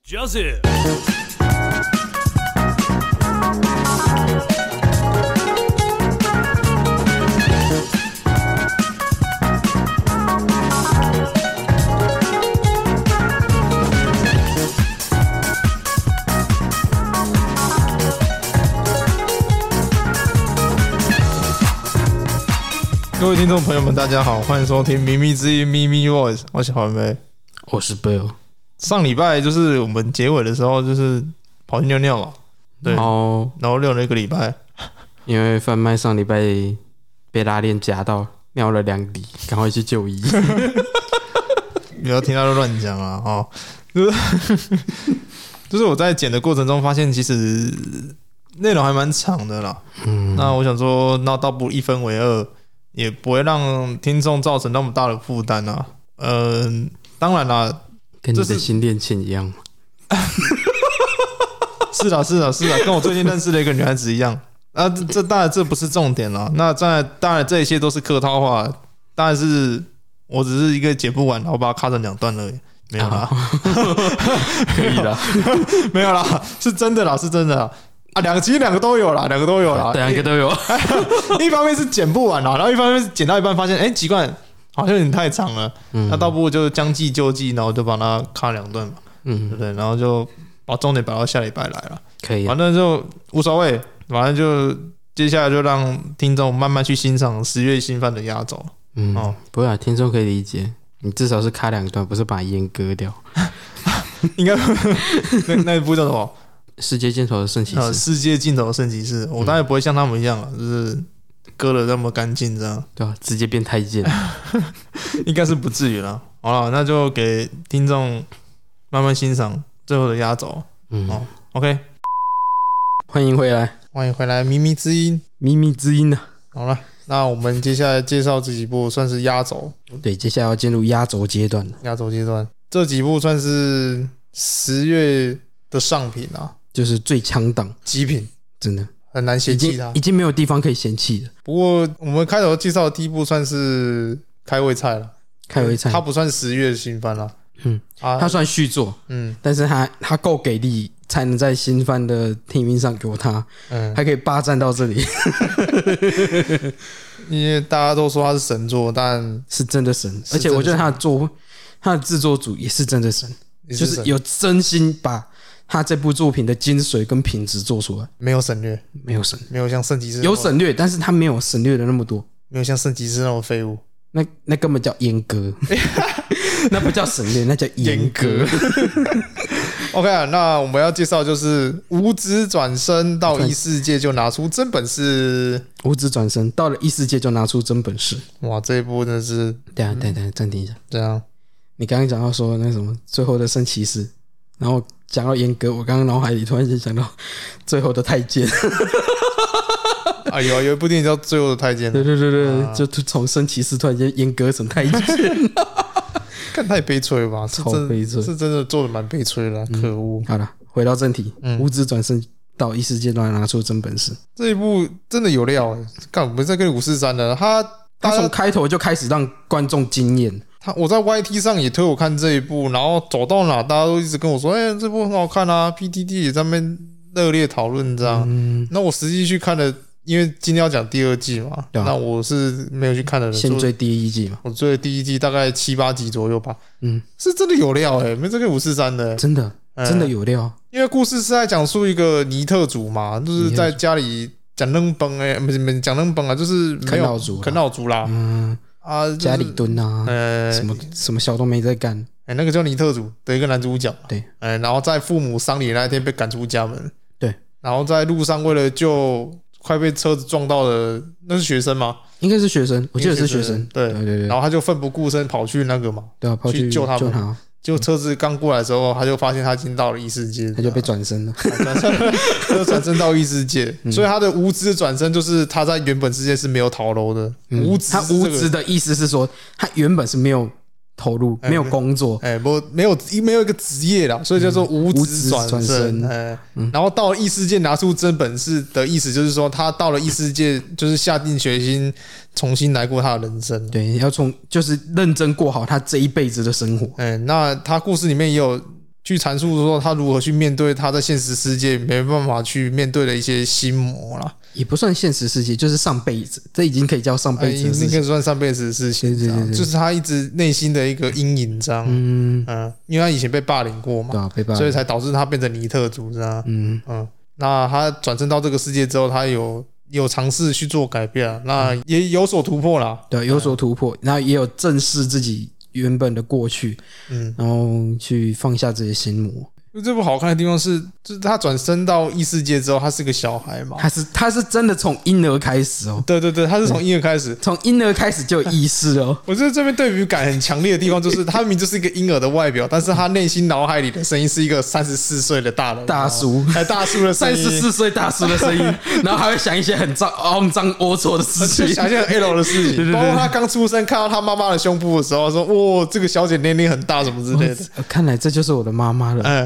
Joseph。 各位听众朋友们，大家好，欢迎收听《咪咪之音》咪咪 Voice， 我是小环梅， 我是 Bill。 上礼拜就是我们结尾的时候，就是跑去尿尿嘛，对，然后溜了一个礼拜， 因为贩卖上礼拜被拉链夹到，尿了2滴，赶快去就医。 不要听他乱讲啊！哦，就是我在剪的过程中发现，其实内容还蛮长的啦。那我想说，那倒不1分为2。也不会让听众造成那么大的负担啊。当然啦， 跟你的新恋情一样。 是啦，跟我最近认识的一个女孩子一样。这当然这不是重点啦。那当然这一切都是客套话。当然是我只是一个剪不完，然后把它卡成2段而已。没有啦， 可以啦， 没有啦，是真的啦，是真的啦。其实两个都有啦，两个都有。一方面是剪不完啦，然后一方面是剪到一半发现，奇怪，好像有点太长了。那倒不如就将计就计，然后就把它卡2段嘛，对不对？然后就把重点摆到下礼拜来了。 可以， 反正就无所谓，反正就接下来就让听众慢慢去欣赏10月新番的压轴。 不会啊，听众可以理解，你至少是卡2段，不是把它阉割掉。 应该那一部叫什么？ 世界尽头的圣骑士， 世界尽头的圣骑士，我当然不会像他们一样，就是割了那么干净这样， 对吧？直接变太监， 应该是不至于啦。好了，那就给听众慢慢欣赏最后的压轴。OK， 欢迎回来， 咪咪之音， 咪咪之音啊。 好了，那我们接下来介绍这几部算是压轴， 对，接下来要进入压轴阶段了。 这几部算是10月的上品啊。 就是最强档极品， 真的很难嫌弃它， 已经没有地方可以嫌弃了。 不过我们开头介绍的第一部算是开胃菜了，它不算10月的新番啦。 它算续作，但是它够给力，才能在新番的提名上给它，还可以霸占到这里。 因为大家都说它是神作，但是真的神，而且我觉得它的制作组也是真的神，就是有真心把他这部作品的精髓跟品质做出来， 没有省略， 没有像圣骑士有省略，但是他没有省略的那么多， 没有像圣骑士那种废物， 那根本叫阉割，那不叫省略，那叫阉割。 OK， 那我们要介绍就是无职转生到异世界就拿出真本事， 无职转生到了异世界就拿出真本事。 哇，这一部真的是， 等一下，暂停一下， 这样， 你刚刚讲到说那什么最后的圣骑士，然后讲到阉割，我刚刚脑海里突然间想到最后的太监。 有一部电影叫《最后的太监》。 对，就从圣骑士突然间阉割成太监。 看太悲催了吧， 超悲催， 是真的做的蛮悲催的，可恶。 好了，回到正题，无职转生到异世界都拿出真本事。 这一部真的有料干，我们在跟543的，他从开头就开始让观众惊艳。 我在 YT 上也推我看这一部，然后走到哪大家都一直跟我说，这部很好看啊 ，PTT 也在那边热烈讨论这样。那我实际去看了，因为今天要讲第2季嘛，那我是没有去看的人。 先追第1季嘛， 我追第1季大概7、8集左右吧。是真的有料没这个543的， 真的有料。因为故事是在讲述一个尼特族嘛，就是在家里讲冷崩不是讲冷崩啊，就是啃老族啦。 家里蹲啊，什么小都没在干。 那个叫尼特族的一个男主角， 对， 然后在父母丧礼那一天被赶出家门， 对， 然后在路上为了救快被车子撞到的，那是学生吗？ 应该是学生，我记得是学生， 对，然后他就奋不顾身跑去那个嘛， 对啊，跑去救他们。就车子刚过来的时候，他就发现他已经到了异世界， 他就被转生了， 他就转生到异世界，所以他的无知转生就是他在原本世界是没有逃楼的。 他无知的意思是说，他原本是没有投入，没有工作， 没有一个职业啦，所以叫做无职转生。然后到了异世界拿出真本事的意思，就是说他到了异世界，就是下定决心重新来过他的人生。 对，要就是认真过好他这一辈子的生活。 那他故事里面也有去阐述说他如何去面对他在现实世界没办法去面对的一些心魔啦。 也不算现实世界，就是上辈子，这已经可以叫上辈子的事情， 应该算上辈子的事情。对，就是他一直内心的一个阴影这样。因为他以前被霸凌过嘛，对啊，被霸凌，所以才导致他变成尼特族这样。那他转生到这个世界之后，他有尝试去做改变，那也有所突破啦。对， 有所突破，然后也有正视自己原本的过去，然后去放下这些心魔。 这部好看的地方是，就是他转生到异世界之后，他是个小孩嘛， 他是真的从婴儿开始哦。 对，他是从婴儿开始， 从婴儿开始就有意识哦。 我觉得这边对比感很强烈的地方，就是他明明就是一个婴儿的外表，但是他内心脑海里的声音是一个34岁的大叔， 大叔的声音 ，34岁大叔的声音，然后还会想一些很肮脏龌龊的事情， 想一些很 L 的事情，包括他刚出生看到他妈妈的胸部的时候，说：“哇，这个小姐年龄很大，什么之类的。” 看来这就是我的妈妈了。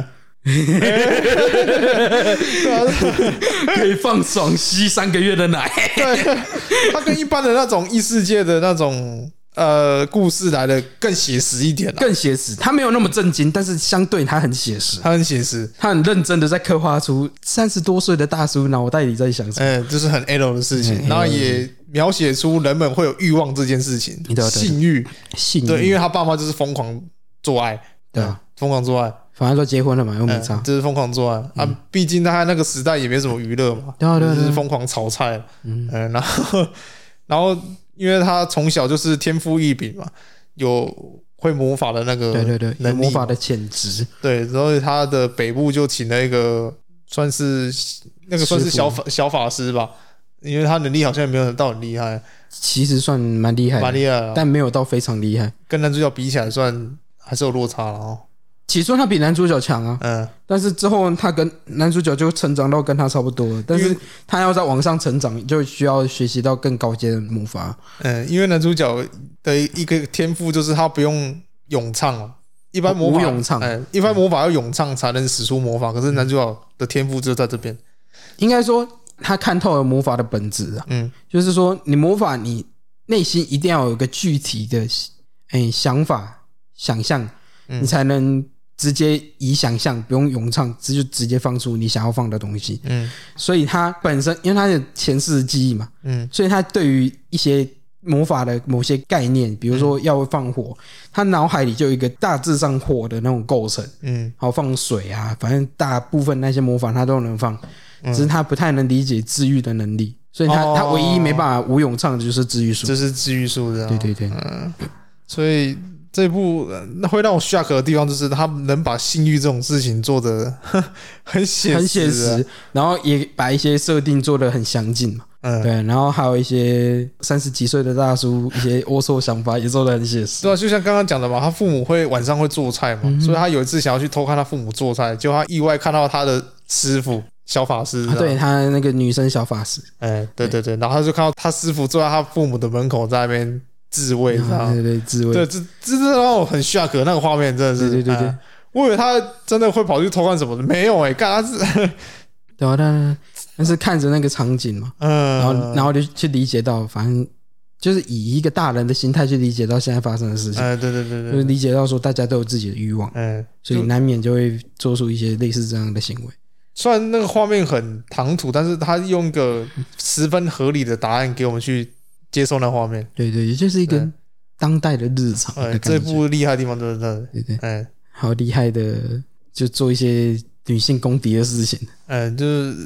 可以放爽吸3个月的奶。 对，他跟一般的那种异世界的那种故事来的更写实一点， 更写实。他没有那么震惊，但是相对他很写实， 他很写实， 他很认真的在刻画出30多岁的大叔脑袋里在想什么。 就是很 L 的事情，然后也描写出人们会有欲望这件事情，性欲，对，因为他爸妈就是疯狂做爱，对啊，疯狂做爱。 反正都结婚了嘛，又没差， 就是疯狂做爱啊！毕竟他那个时代也没什么娱乐嘛，就是疯狂炒菜。然后因为他从小就是天赋异禀嘛，有会魔法的那个对，有魔法的潜质。 对，然后他的北部就请了一个算是小法师吧，因为他能力好像也没有到很厉害， 其实算蛮厉害，但没有到非常厉害， 跟男主角比起来算还是有落差了哦。 起初他比男主角强啊，但是之后他跟男主角就成长到跟他差不多了，但是他要在往上成长，就需要学习到更高阶的魔法。 因为男主角的一个天赋就是他不用咏唱哦，一般魔法咏唱， 一般魔法要咏唱才能使出魔法，可是男主角的天赋就在这边。 应该说他看透了魔法的本质啊，就是说你魔法你内心一定要有一个具体的想法想象，你才能直接以想象不用咏唱，就直接放出你想要放的东西。所以他本身因为他的前世的记忆嘛，所以他对于一些魔法的某些概念，比如说要放火，他脑海里就有一个大致上火的那种构成。好放水啊，反正大部分那些魔法他都能放，只是他不太能理解治愈的能力，所以他唯一没办法无咏唱的就是治愈术， 就是治愈术的。 对， 所以这部会让我 shock 的地方就是他能把性欲这种事情做得很写实， 然后也把一些设定做得很详尽嘛。对，然后还有一些30几岁的大叔一些龌龊想法也做得很写实。 对啊，就像刚刚讲的嘛，他父母晚上会做菜嘛，所以他有一次想要去偷看他父母做菜，结果他意外看到他的师傅小法师， 对，他那个女生小法师， 对，然后他就看到他师傅坐在他父母的门口在那边自慰， 对，自慰， 对，这让我很 shock， 那个画面真的是，对，我以为他真的会跑去偷看什么的，没有干他是， 对啊，但是看着那个场景嘛，然后就去理解到，反正就是以一个大人的心态去理解到现在发生的事情， 对， 就是理解到说大家都有自己的欲望，所以难免就会做出一些类似这样的行为。 虽然那个画面很唐突，但是他用一个十分合理的答案给我们去接受那画面。 对，也就是一个当代的日常的感觉。 这部厉害的地方就是这， 对，好厉害的，就做一些女性公敌的事情。 就是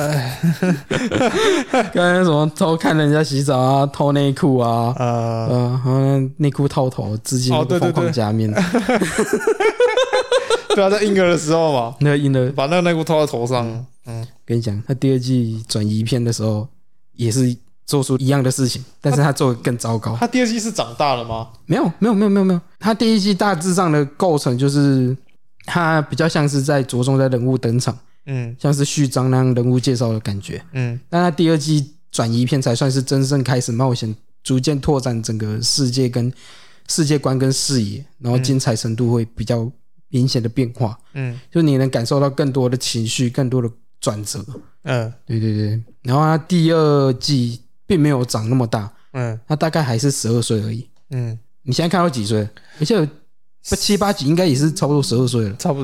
刚才什么偷看人家洗澡啊，偷内裤啊，好像内裤套头，直接疯狂加面。 对啊，在婴儿的时候嘛， 那个婴儿把那个内裤套在头上。 跟你讲，他第2季转移片的时候也是做出一样的事情，但是他做得更糟糕。 他第2季是长大了吗？ 没有。他第1季大致上的构成就是他比较像是在着重在人物登场，像是序章那样人物介绍的感觉。但他第2季转移片才算是真正开始冒险，逐渐拓展整个世界观跟视野，然后精彩程度会比较明显的变化，就你能感受到更多的情绪，更多的转折，对。然后他第2季并没有长那么大，他大概还是12岁而已，你现在看到几岁？而且7、8集应该也是差不多12岁了， 差不多，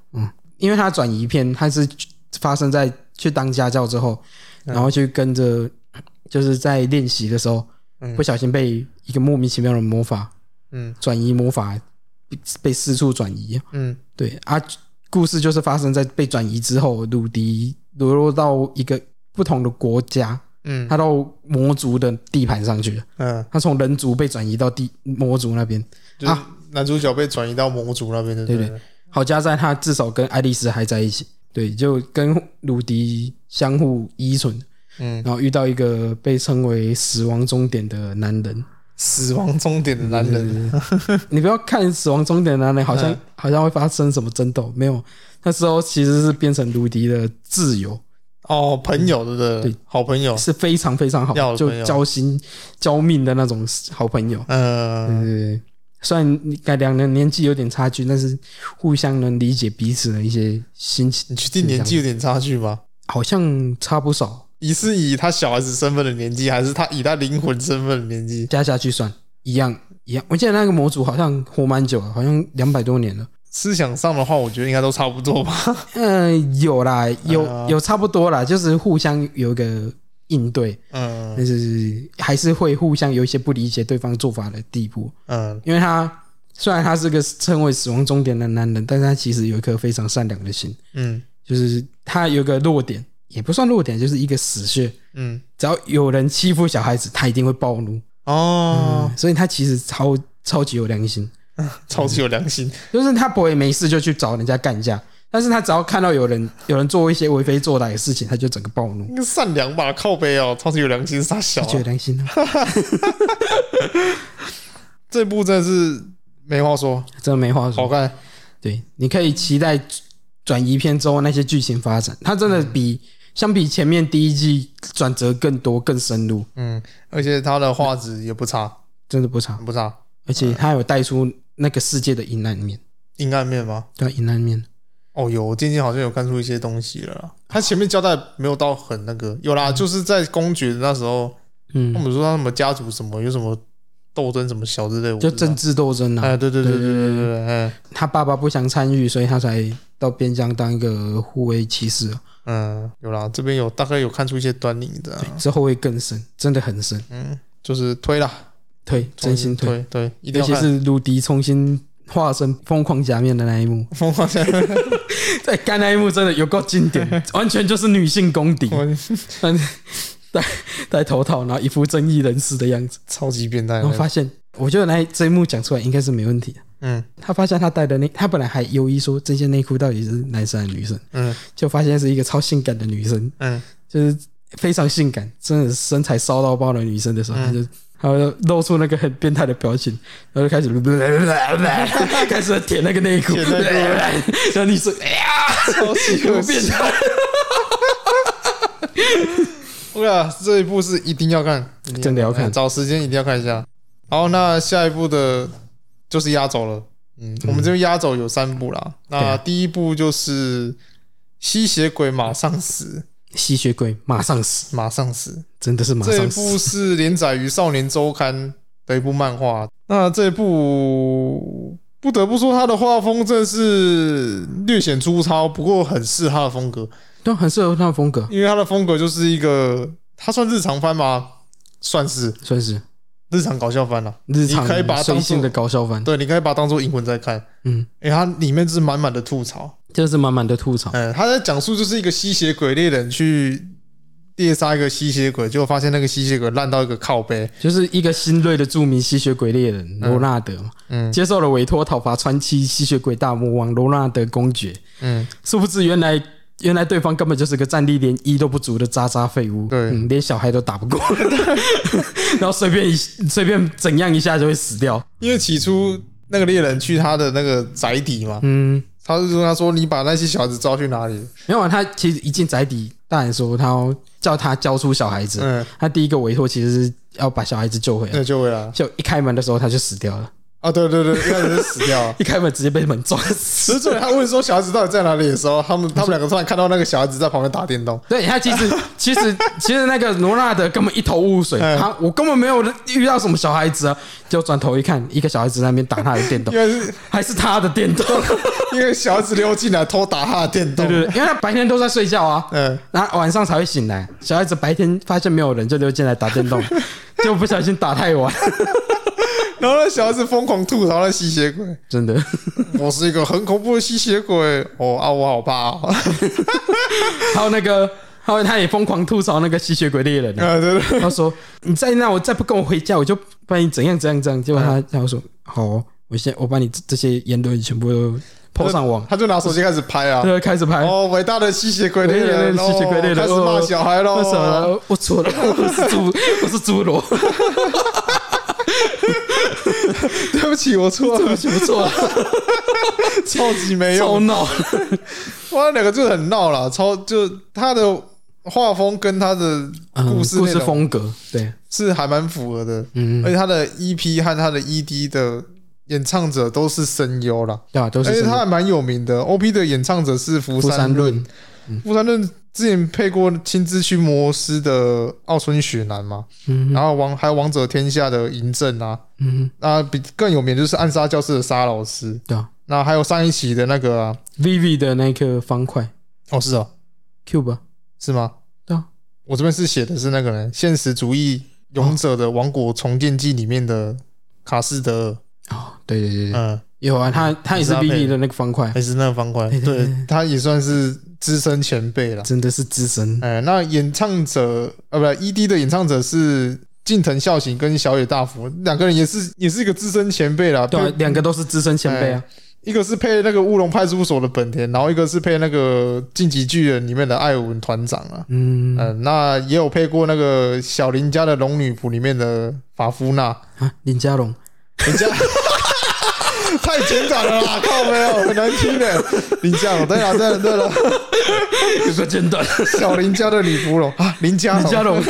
因为他转移篇，他是发生在去当家教之后，然后去跟着就是在练习的时候，不小心被一个莫名其妙的魔法，转移魔法被四处转移，对啊，故事就是发生在被转移之后，鲁迪流落到一个不同的国家。他到魔族的地盘上去了。他从人族被转移到魔族那边， 就是男主角被转移到魔族那边的。对， 好家在他至少跟爱丽丝还在一起，对，就跟鲁迪相互依存。然后遇到一个被称为死亡终点的男人。 死亡终点的男人， 你不要看死亡终点的男人好像会发生什么争斗，没有，那时候其实是变成鲁迪的挚友。 朋友对不对？对，好朋友是非常非常好，就交心交命的那种好朋友。对，虽然两人年纪有点差距，但是互相能理解彼此的一些心情。 你确定年纪有点差距吗？ 好像差不少。 你是以他小孩子身份的年纪，还是他以他灵魂身份的年纪加下去算？一样。我记得那个魔族好像活蛮久了，好像200多年了。 思想上的话，我觉得应该都差不多吧。 有啦，有差不多啦，就是互相有一个应对，但是还是会互相有一些不理解对方做法的地步。因为他虽然他是个称为死亡终点的男人，但是他其实有一颗非常善良的心。就是他有个弱点，也不算弱点，就是一个死穴。只要有人欺负小孩子，他一定会暴怒。所以他其实超级有良心。 超级有良心， 就是他不会没事就去找人家干架，但是他只要看到有人做一些为非作歹的事情，他就整个暴怒。 善良吧，靠北哦，超级有良心，傻小、 有良心啊！ 这部真的是没话说， 真的没话说， 好看。 对，你可以期待转移篇之后那些剧情发展，它真的相比前面第一季转折更多、更深入。 而且它的画质也不差， 真的不差， 不差。 而且它有带出那个世界的阴暗面。 阴暗面吗？ 对，阴暗面。 有，我渐渐好像有看出一些东西了啦。他前面交代没有到很那个，有啦，就是在公爵的那时候，他们说他们家族什么有什么斗争什么小之类的， 就政治斗争啊。 对， 他爸爸不想参与，所以他才到边疆当一个护卫骑士。 有啦，这边大概有看出一些端倪的。 之后会更深，真的很深。 就是推啦， 真心推， 对，一定要看。 尤其是鲁迪重新化身疯狂假面的那一幕， 疯狂假面， 在干那一幕真的有够经典，完全就是女性公敌，戴头套，然后一副正义人士的样子， 超级变态。 然后发现，我觉得这一幕讲出来应该是没问题的。他发现他戴的他本来还犹豫说这件内裤到底是男生还是女生，就发现是一个超性感的女生，就是非常性感，真的身材骚到爆的女生的时候，他就露出那个很变态的表情，然后就开始舔那个内裤，然后你说超级变态。这一部是一定要看， 真的要看， 找时间一定要看一下。好，那下一部的就是压轴了。我们这边压轴有3部啦。那第一部就是吸血鬼马上死。 吸血鬼马上死，真的是马上死。 这一部是连载于少年周刊的一部漫画。那这一部不得不说，他的画风真的是略显粗糙，不过很适合他的风格。 对，很适合他的风格， 因为他的风格就是一个，他算日常番吗？算是日常搞笑番啦， 日常随性的搞笑番。 对，你可以把它当做银魂在看。它里面是满满的吐槽， 就是满满的吐槽。 他在讲述就是一个吸血鬼猎人去猎杀一个吸血鬼，结果发现那个吸血鬼烂到一个靠背， 就是一个新锐的著名吸血鬼猎人罗纳德嘛，接受了委托讨伐传奇吸血鬼大魔王罗纳德公爵。殊不知原来对方根本就是个战力连1都不足的渣废物， 对， 连小孩都打不过，然后随便怎样一下就会死掉。因为起初那个猎人去他的那个宅邸嘛，他就跟他说：“你把那些小孩子招去哪里？” 没有，他其实一进宅邸，大人说他要叫他交出小孩子，他第一个委托其实是要把小孩子救回来， 救回来。 就一开门的时候他就死掉了。 啊，对对对，一开始就死掉了， 一开门直接被门撞死。 所以他问说小孩子到底在哪里的时候，他们两个突然看到那个小孩子在旁边打电动。 对，他其实那个罗纳德根本一头雾水，我根本没有遇到什么小孩子啊，就转头一看，一个小孩子在那边打他的电动，还是他的电动， 因为小孩子溜进来偷打他的电动， 对，因为他白天都在睡觉啊，然后晚上才会醒来，小孩子白天发现没有人就溜进来打电动，就不小心打太晚。 然后那小孩子疯狂吐槽那吸血鬼， 真的， 我是一个很恐怖的吸血鬼我好怕哦。 还有他也疯狂吐槽那个吸血鬼猎人对， 他说你再那我再不跟我回家，我就把你怎样。结果他说好哦，我把你这些言论全部都po上网， 他就拿手机开始拍啊， 对，开始拍哦，伟大的吸血鬼猎人， 吸血鬼猎人开始骂小孩喽， 我错了，我是侏罗。 对不起，我错了，超级没用， 超闹。 哇，两个就很闹啦，就他的画风跟他的故事风格，对， 是还蛮符合的。而且他的 EP 和他的 ED 的演唱者都是声优啦， 对啊，都是。 而且他还蛮有名的 ，OP 的演唱者是福山润。福山润之前配过青之驱魔师的奥村雪男嘛，然后还有王者天下的嬴政啊，那比更有名就是暗杀教室的沙老师， 对啊， 那还有上一期的那个 VV 的那个方块， 哦是哦 ，Cube 是吗？ 对啊， 我这边是写的是那个人现实主义勇者的王国重建记里面的卡斯德尔， 哦，对，有啊，他也是 VV 的那个方块， 也是那个方块，对，他也算是资深前辈了， 真的是资深。 那演唱者不 ，ED 的演唱者是近藤孝行跟小野大辅，两个人也是一个资深前辈啦。 对啊，两个都是资深前辈啊。 一个是配那个乌龙派出所的本田，然后一个是配那个晋级巨人里面的艾文团长啊。那也有配过那个小林家的龙女仆里面的法夫纳啊，林家龙， 太简短了啦，靠没有很难听的。林家龙，对了， 有个简短。 小林家的女仆龙啊，林家龙。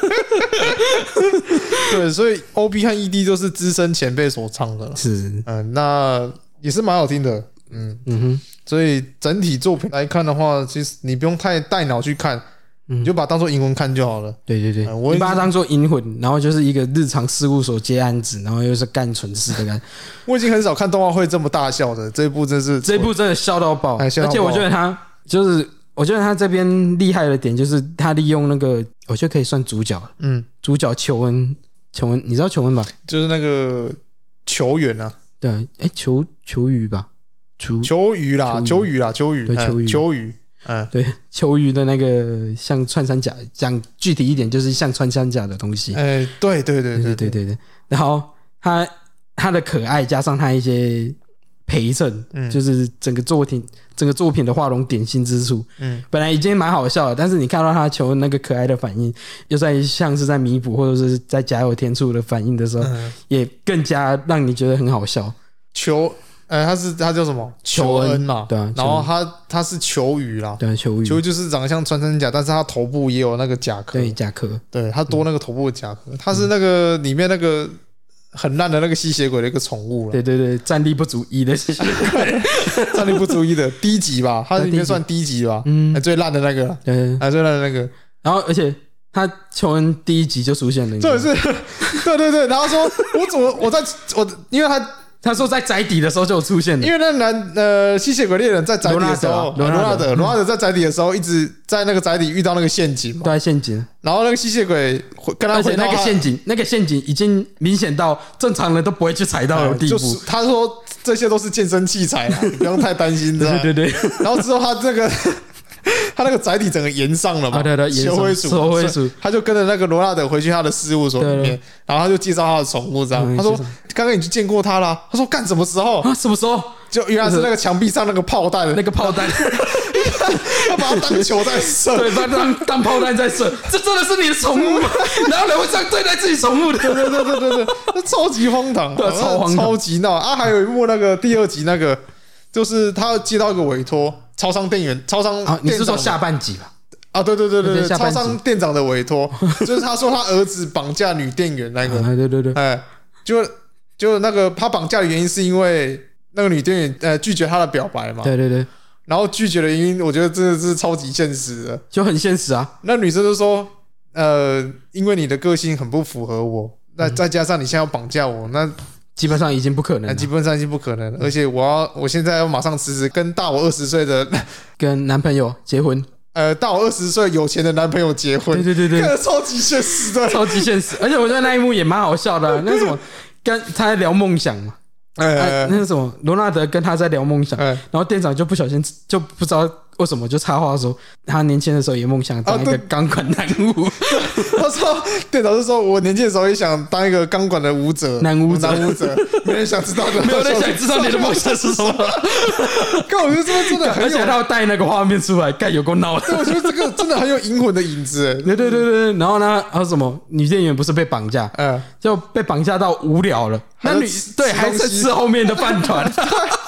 对，所以 OP 和 ED 都是资深前辈所唱的， 是， 那也是蛮好听的，所以整体作品来看的话，其实你不用太带脑去看。你就把它当做银魂看就好了。 对，你把它当做银魂，然后就是一个日常事务所接案子，然后又是干蠢事的感觉。 我已经很少看动画会这么大笑的，这一部真的笑到爆，而且我觉得他这边厉害的点就是他利用那个，我觉得可以算主角，主角求恩，你知道求恩吧？ 就是那个球员啊， 对，球鱼吧， 球鱼，对，球鱼。 对，球鱼的那个像穿山甲，讲具体一点就是像穿山甲的东西。对。然后他的可爱加上他一些陪衬，就是整个作品的画龙点睛之处。本来已经蛮好笑了，但是你看到他球那个可爱的反应，又在像是在弥补或者是在加油添醋的反应的时候，也更加让你觉得很好笑。 他叫什么？求恩嘛， 对啊。 然后他是球鱼啦， 对，球鱼就是长得像穿山甲，但是他头部也有那个甲壳， 对，甲壳， 对，他多那个头部的甲壳，他是那个里面那个很烂的那个吸血鬼的一个宠物了。 对，战力不足1的吸血鬼， 战力不足1的低级吧，他里面算低级吧，最烂的那个，最烂的那个。 然后而且他求恩第1集就出现了， 对，对，然后说因为他说在宅邸的时候就有出现了， 因为那吸血鬼猎人在宅邸的时候，罗纳德在宅邸的时候一直在那个宅邸遇到那个陷阱嘛， 对，陷阱。 然后那个吸血鬼跟他回到那个陷阱已经明显到正常人都不会去踩到的地步。 就是他说这些都是健身器材啦，你不用太担心。 对。 然后之后他那个载体整个延上了嘛， 对，修灰鼠， 他就跟着那个罗纳德回去他的事务所里面，然后他就介绍他的宠物这样。他说：“刚刚你去见过他啦。”他说：“干什么时候？ 什么时候？ 就原来是那个墙壁上那个炮弹， 他把它当球在射，对，把它当炮弹在射。这真的是你的宠物吗？然后人会这样对待自己宠物的？ 对，那超级荒唐，超级闹啊！还有一幕那个第2集那个，就是他接到一个委托。超商店长， 你是说下半集吧？ 啊，对，超商店长的委托，就是他说他儿子绑架女店员那个， 对， 就就那个他绑架的原因是因为那个女店员拒绝他的表白嘛。 对对对。 然后拒绝的原因，我觉得真的是超级现实的， 就很现实啊。 那女生就说，因为你的个性很不符合我，那再加上你现在要绑架我，那基本上已经不可能了。 基本上已经不可能了。而且我现在要马上辞职，跟大我20岁的跟男朋友结婚。 大我20岁有钱的男朋友结婚。 对对对对， 超级现实的， 超级现实。而且我觉得那一幕也蛮好笑的、啊，那什么，跟他在聊梦想嘛。那是什么？罗纳德跟他在聊梦想，然后店长就不小心就不知道为什么就插话说，他年轻的时候也梦想当一个钢管男舞。 他说店长就说，我年轻的时候也想当一个钢管的舞者， 男舞者， 没人想知道的， 没有人想知道你的梦想是什么。 干，我觉得这个真的很有， 而且他要带那个画面出来，干有够闹的。 对，我觉得这个真的很有银魂的影子。 对对对对，然后呢，还有什么女店员不是被绑架，就被绑架到无聊了。那对还在吃后面的饭团，干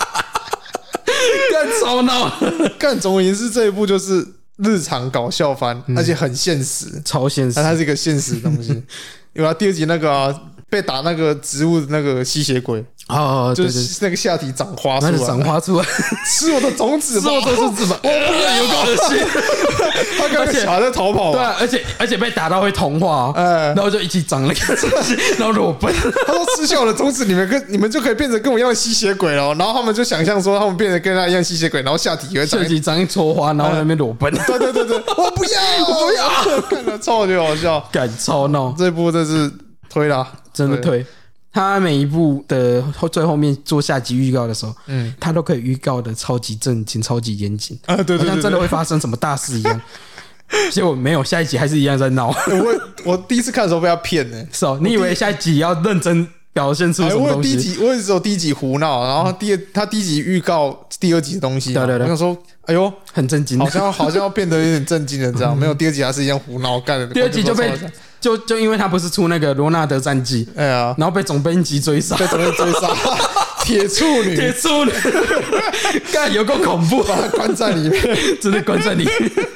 超闹。 干，总而言之，这一部就是日常搞笑番，而且很现实， 超现实。 它是一个现实的东西。有啊，第2集那个被打那个植物的那个吸血鬼。就是那个下体长花出来， 长花出来， 吃我的种子吧， 吃我的种子吧，我不要，有够恶心。 他跟小孩在逃跑， 对啊，而且被打到会同化，然后就一起长了个东西，然后裸奔。 他说吃下我的种子，你们就可以变成跟我一样的吸血鬼了。然后他们就想象说，他们变成跟他一样吸血鬼，然后下体也会长一撮花，然后在那边裸奔。 对对对对，我不要，看了超级好笑， 干超闹。 这部真是推啦， 真的推。他每一部的最后面做下集预告的时候，他都可以预告的超级正经、超级严谨啊，对， 好像真的会发生什么大事一样。结果没有，下一集还是一样在闹。 我第一次看的时候被他骗呢， 是哦，你以为下一集要认真表现出什么东西？ 我也只有第1集胡闹，然后他第1集预告第2集的东西， 对对对， 我想说，哎呦， 很震惊， 好像要变得有点震惊了，这样没有第2集还是一样胡闹干的。 第2集就被。就因为他不是出那个罗纳德战记，然后被总编辑追杀，铁处女，干有够恐怖， 把他关在里面， 真的关在里面，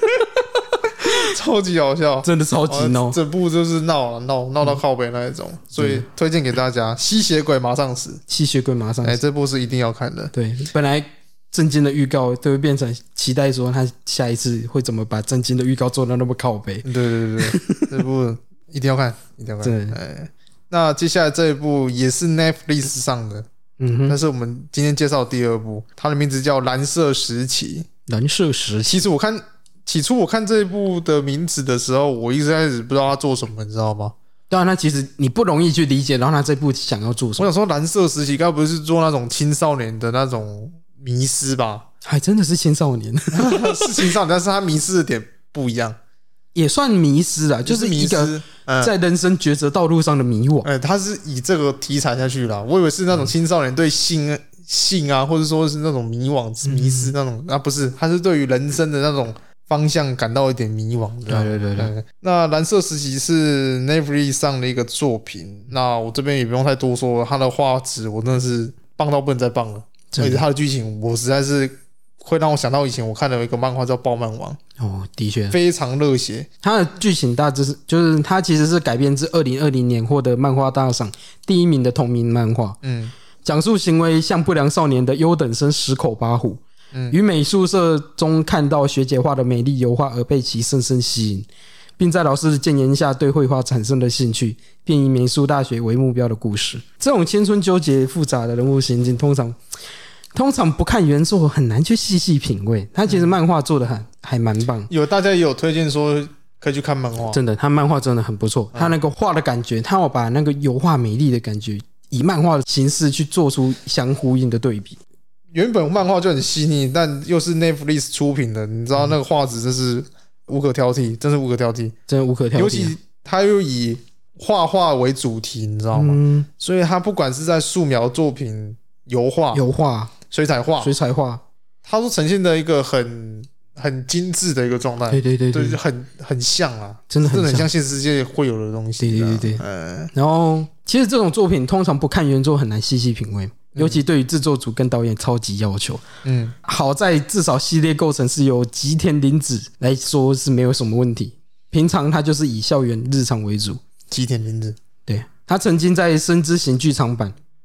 超级好笑， 真的超级闹， 整部就是闹到靠北那一种，所以推荐给大家，吸血鬼马上死， 吸血鬼马上死， 这部是一定要看的。 对，本来震惊的预告都会变成期待说他下一次会怎么把震惊的预告做到那么靠北。 对对对，这部。一定要看，一定要看。那接下来这一部也是 Netflix 上的，但是我们今天介绍的第2部，它的名字叫《蓝色时期》。 蓝色时期， 起初我看这一部的名字的时候，我一直开始不知道他做什么，你知道吗？ 对啊，那其实你不容易去理解，然后他这部想要做什么？ 我想说，蓝色时期该不是做那种青少年的那种迷思吧？ 还真的是青少年， 是青少年，但是他迷思的点不一样。 也算迷失啦，就是一个在人生抉择道路上的迷惘。 他是以这个题材下去啦，我以为是那种青少年对性啊，或者说是那种迷惘、迷失那种，不是，他是对于人生的那种方向感到一点迷惘。对。那蓝色时期是 Netflix 上的一个作品，那我这边也不用太多说，它的画质我真的是棒到不能再棒了，而且它的剧情我实在是。会让我想到以前我看的一个漫画叫《爆漫王》 哦，的确非常热血。 它的剧情大致就是它其实是改编自2020年获得漫画大赏第1名的同名漫画。讲述行为像不良少年的优等生10口8虎，于美术社中看到学姐画的美丽油画而被其深深吸引，并在老师的谏言下对绘画产生了兴趣，并以美术大学为目标的故事。这种青春纠结复杂的人物行径通常不看原作很难去细细品味，他其实漫画做的还蛮棒。 大家也有推荐说可以去看漫画， 真的，他漫画真的很不错。他那个画的感觉，他有把那个油画美丽的感觉，以漫画的形式去做出相呼应的对比。 原本漫画就很细腻，但又是 Netflix 出品的，你知道那个画质真是无可挑剔，真是无可挑剔， 真的无可挑剔。 尤其他又以画画为主题，你知道吗？所以他不管是在素描作品、油画。水彩画，它都呈现的一个很精致的一个状态，对，很像啊，真的很像现实世界会有的东西。 对。然后，其实这种作品通常不看原作很难细细品味，尤其对于制作组跟导演超级要求。好在至少系列构成是由吉田凛子来说是没有什么问题。平常他就是以校园日常为主。 吉田凛子， 对，他曾经在《深之行剧场版》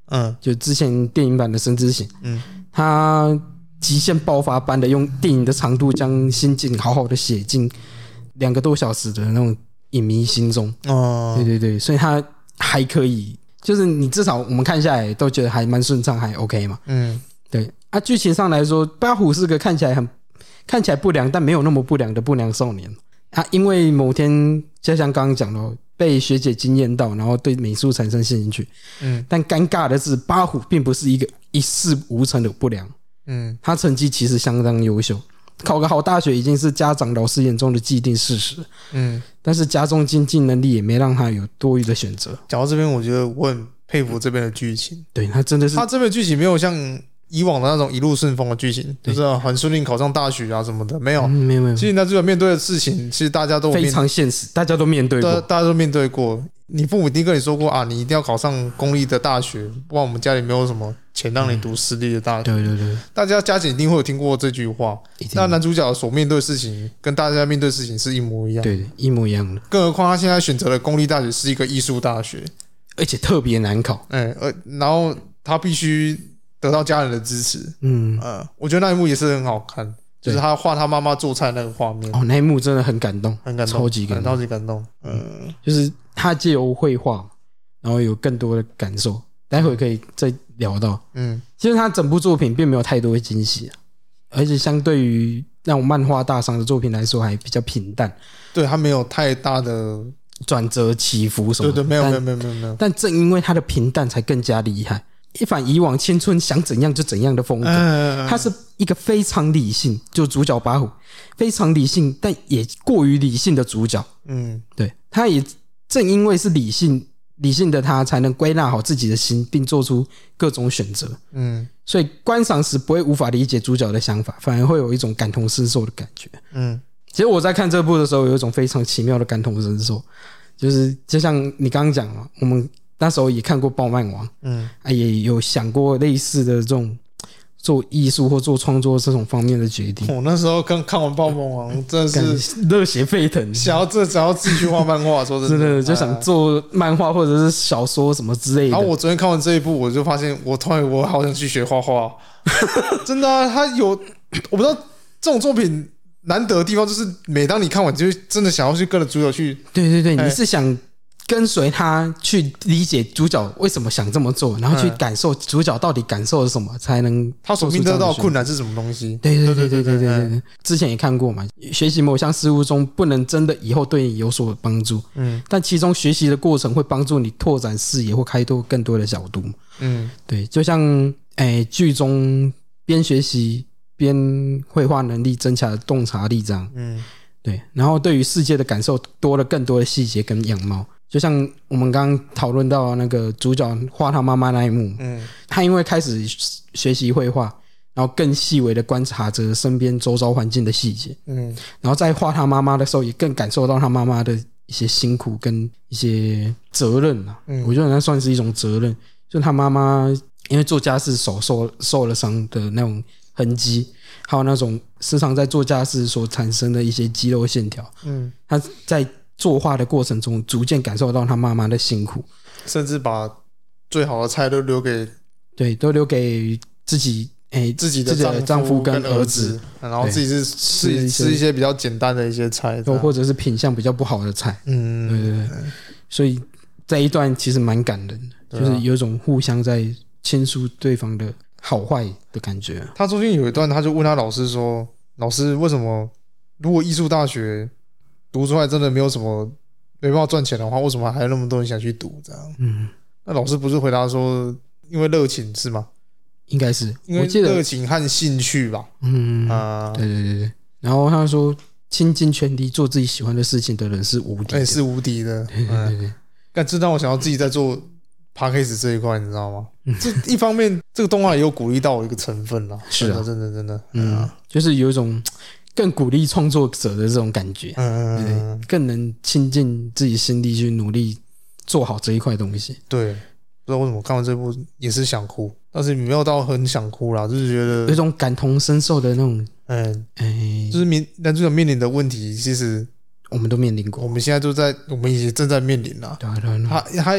就之前电影版的深之行，他极限爆发般的用电影的长度将心境好好的写进2个多小时的那种影迷心中。对对对，所以他还可以，就是你至少我们看下来都觉得还蛮顺畅，还 OK 嘛。对啊，剧情上来说，八虎是个看起来不良但没有那么不良的不良少年。因为某天就像刚刚讲的，被学姐惊艳到，然后对美术产生兴趣。但尴尬的是，八虎并不是一个一事无成的不良。他成绩其实相当优秀，考个好大学已经是家长老师眼中的既定事实。但是家中经济能力也没让他有多余的选择。 讲到这边，我觉得我很佩服这边的剧情。 对，他真的是， 他这边的剧情没有像以往的那种一路顺风的剧情，就是很顺利考上大学啊什么的，没有， 没有。 其实他最后面对的事情，其实大家都非常现实，大家都面对过， 大家都面对过。你父母一定跟你说过啊，你一定要考上公立的大学，不然我们家里没有什么钱让你读私立的大学。 对对对， 大家家长一定会有听过这句话。那男主角所面对的事情跟大家面对的事情是一模一样， 对，一模一样的。 更何况他现在选择的公立大学是一个艺术大学， 而且特别难考。 然后他必须得到家人的支持。我觉得那一幕也是很好看，就是他画他妈妈做菜那个画面。 那一幕真的很感动， 很感动， 超级感动。 就是他借由绘画，然后有更多的感受，待会可以再聊到。其实他整部作品并没有太多的惊喜，而且相对于那种漫画大赏的作品来说，还比较平淡。 对，他没有太大的转折起伏什么的。 对，没有。 但正因为他的平淡，才更加厉害。一反以往青春想怎样就怎样的风格，他是一个非常理性，就主角八虎非常理性，但也过于理性的主角。对，他也正因为是理性的他，才能归纳好自己的心，并做出各种选择。所以观赏时不会无法理解主角的想法，反而会有一种感同身受的感觉。其实我在看这部的时候，有一种非常奇妙的感同身受，就像你刚刚讲嘛，我们那时候也看过《爆漫王》，也有想过类似的这种做艺术或做创作这种方面的决定。 我那时候刚看完《爆漫王》，真的是热血沸腾，想要自己去画漫画，说真的就想做漫画或者是小说什么之类的。 然后我昨天看完这一部，我就发现我好想去学画画，真的啊！他有我不知道这种作品难得的地方，就是每当你看完，就真的想要去跟着主角去。 对，你是想跟随他去理解主角为什么想这么做，然后去感受主角到底感受了什么，才能他所面对到的困难是什么东西。 对，之前也看过嘛，学习某项事物中不能真的以后对你有所帮助，但其中学习的过程会帮助你拓展视野或开拓更多的角度。对，就像剧中边学习边绘画能力增强的洞察力这样。对，然后对于世界的感受多了更多的细节跟样貌。就像我们刚刚讨论到那个主角画他妈妈那一幕，他因为开始学习绘画，然后更细微的观察着身边周遭环境的细节，然后在画他妈妈的时候，也更感受到他妈妈的一些辛苦跟一些责任啊。我觉得那算是一种责任，就他妈妈因为做家事手受了伤的那种痕迹，还有那种时常在做家事所产生的一些肌肉线条，他在作画的过程中逐渐感受到他妈妈的辛苦， 甚至把最好的菜都留给自己的丈夫跟儿子， 然后自己是吃一些比较简单的一些菜， 或者是品相比较不好的菜。对，所以这一段其实蛮感人的，就是有一种互相在倾诉对方的好坏的感觉。 他中间有一段，他就问他老师说：“老师，为什么如果艺术大学读出来真的没办法赚钱的话，为什么还有那么多人想去读？”这样，那老师不是回答说：“因为热情是吗？” 应该是， 因为热情和兴趣吧。 对。 然后他说：“倾尽全力做自己喜欢的事情的人是无敌的。” 是无敌的。 对。 但这让我想到自己在做 Podcast 这一块，你知道吗？这一方面，这个动画也有鼓励到我一个成分啦。 是啊， 真的。 就是有一种更鼓励创作者的这种感觉。更能倾尽自己心力去努力做好这一块东西。 对，不知道为什么看完这部也是想哭，但是没有到很想哭啦，就是觉得有一种感同身受的那种。 就是男主角面临的问题，其实我们都面临过， 我们现在我们也正在面临啦。 对。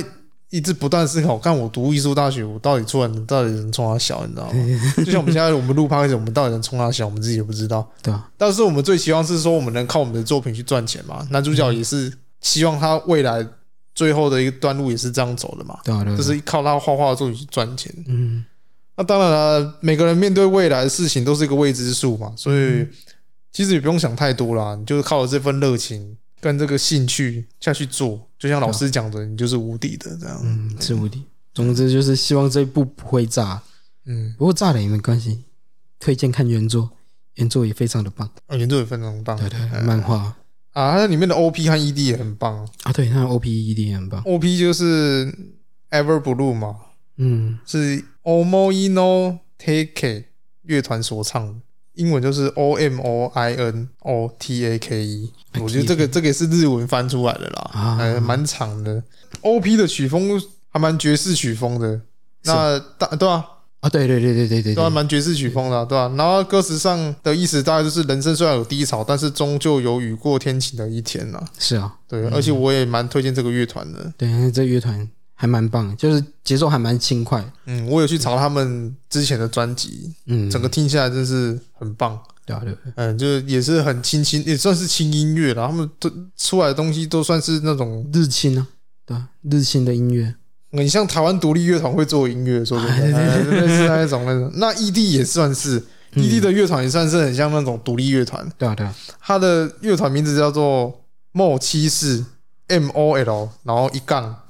一直不断思考，看我读艺术大学，我到底能冲他小，你知道吗？就像我们现在我们录 podcast，我们到底能冲他小，我们自己也不知道。 对啊。 但是我们最希望是说，我们能靠我们的作品去赚钱嘛。男主角也是希望他未来最后的一个段路也是这样走的嘛。 对啊，对啊， 就是靠他画画的作品去赚钱。那当然了，每个人面对未来的事情都是一个未知数嘛，所以其实也不用想太多啦，你就是靠着这份热情跟这个兴趣下去做，就像老师讲的，你就是无敌的这样。 是无敌。总之就是希望这一部不会炸。不过炸了也没关系，推荐看原作，原作也非常的棒。 原作也非常棒。 对对，漫画它里面的 OP 和 ED 也很棒啊。对，它的 OP、ED 也很棒。 OP 就是 Ever Blue 嘛，是 Omoino Take 乐团所唱的。英文就是 OMOINOTAKE， 我觉得这个也是日文翻出来的啦，蛮长的。OP 的曲风还蛮爵士曲风的，那对啊，对，都还蛮爵士曲风的，对吧？然后歌词上的意思大概就是人生虽然有低潮，但是终究有雨过天晴的一天啦。 是啊， 对，而且我也蛮推荐这个乐团的。 对，这乐团还蛮棒的，就是节奏还蛮轻快。 我有去查他们之前的专辑，整个听下来真是很棒。 对啊，对， 就也是很轻，也算是轻音乐啦。他们都出来的东西都算是那种日轻啊，对啊，日轻的音乐， 很像台湾独立乐团会做音乐，说真的，类似那种。那 ED 也算是，ED 的乐团也算是很像那种独立乐团。 对啊，对啊， 他的乐团名字叫做 MOL74 MOL， 然后